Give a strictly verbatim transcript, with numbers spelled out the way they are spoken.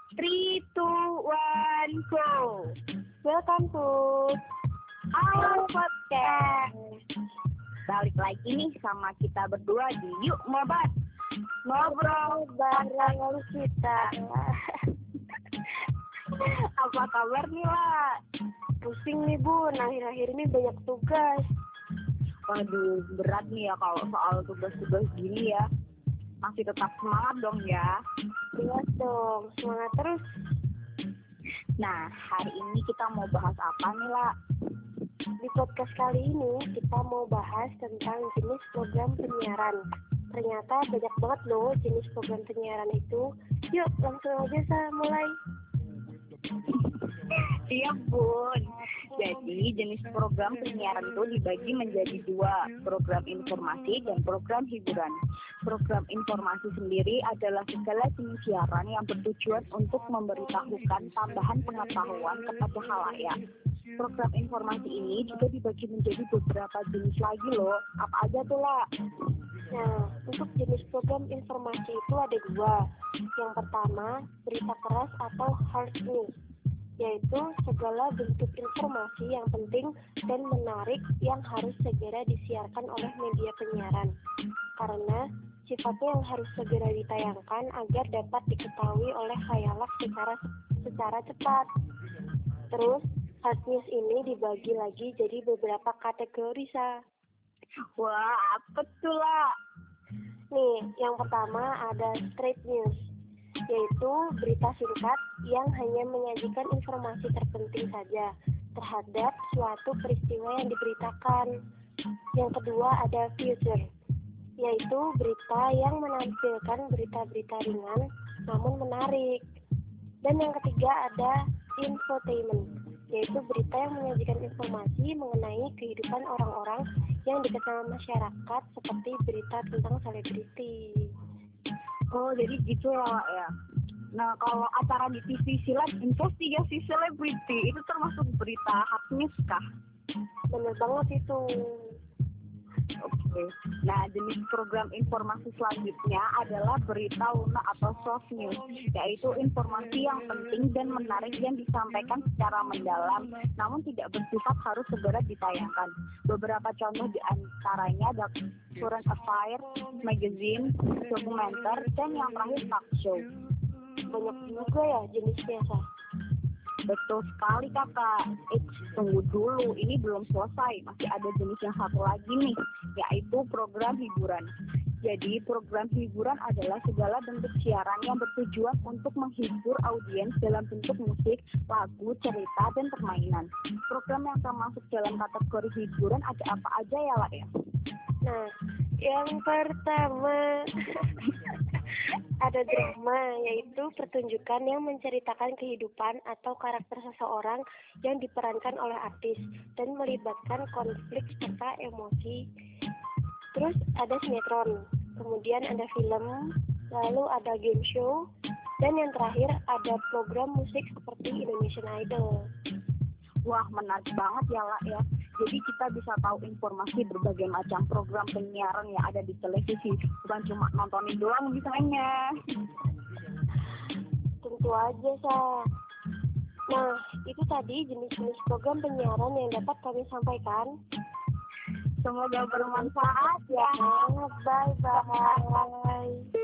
Three, two, one, go. Welcome to Our podcast. Balik lagi nih sama kita berdua di Yuk Ngobat. Ngobrol bareng kita. Apa kabar nih, lah? Pusing nih, Bun. Akhir-akhir ini banyak tugas. Waduh, berat nih ya kalau soal tugas-tugas gini ya. Masih tetap semangat dong ya. Jelas dong, semangat terus. Nah, hari ini kita mau bahas apa nih, lah? Di podcast kali ini kita mau bahas tentang jenis program penyiaran. Ternyata banyak banget loh jenis program penyiaran itu. Yuk, langsung aja saya mulai. Iya, Bun. Jadi jenis program penyiaran itu dibagi menjadi dua, program informasi dan program hiburan. Program informasi sendiri adalah segala jenis siaran yang bertujuan untuk memberitahukan tambahan pengetahuan kepada khalayak. Program informasi ini juga dibagi menjadi beberapa jenis lagi loh. Apa aja tuh, lah? Nah, untuk jenis program informasi itu ada dua. Yang pertama, berita keras atau hard news, yaitu segala bentuk informasi yang penting dan menarik yang harus segera disiarkan oleh media penyiaran. Karena sifatnya yang harus segera ditayangkan agar dapat diketahui oleh khalayak secara secara cepat. Terus, hard news ini dibagi lagi jadi beberapa kategori, Sa. Wah, apa tuh, lah? Nih, yang pertama ada straight news, yaitu berita singkat yang hanya menyajikan informasi terpenting saja terhadap suatu peristiwa yang diberitakan. Yang kedua ada feature, yaitu berita yang menampilkan berita-berita ringan namun menarik. Dan yang ketiga ada infotainment, yaitu berita yang menyajikan informasi mengenai kehidupan orang-orang yang dikenal masyarakat seperti berita tentang selebriti. Oh, jadi gitu ya, Wak, ya. Nah, kalau acara di T V silat investigasi selebriti itu termasuk berita hard news kah? Bener banget itu. Oke. Nah, jenis program informasi selanjutnya adalah berita lunak atau soft news, yaitu informasi yang penting dan menarik yang disampaikan secara mendalam, namun tidak bersifat harus segera ditayangkan. Beberapa contoh di antaranya ada current affairs, magazine, dokumenter, dan yang terakhir talk show. Banyak juga ya jenisnya, Sa. Betul sekali, kakak. Eh, tunggu dulu, ini belum selesai. Masih ada jenis yang satu lagi nih, yaitu program hiburan. Jadi program hiburan adalah segala bentuk siaran yang bertujuan untuk menghibur audiens dalam bentuk musik, lagu, cerita, dan permainan. Program yang termasuk dalam kategori hiburan ada apa aja ya, Wak, ya? Nah, yang pertama ada drama, yaitu pertunjukan yang menceritakan kehidupan atau karakter seseorang yang diperankan oleh artis dan melibatkan konflik serta emosi. Terus ada sinetron, kemudian ada film, lalu ada game show, dan yang terakhir ada program musik seperti Indonesian Idol. Wah, menarik banget ya, Lah, ya. Jadi kita bisa tahu informasi berbagai macam program penyiaran yang ada di televisi, bukan cuma nontonin doang misalnya. Tentu aja, Sa. Nah, itu tadi jenis-jenis program penyiaran yang dapat kami sampaikan. Semoga bermanfaat ya. Bye-bye.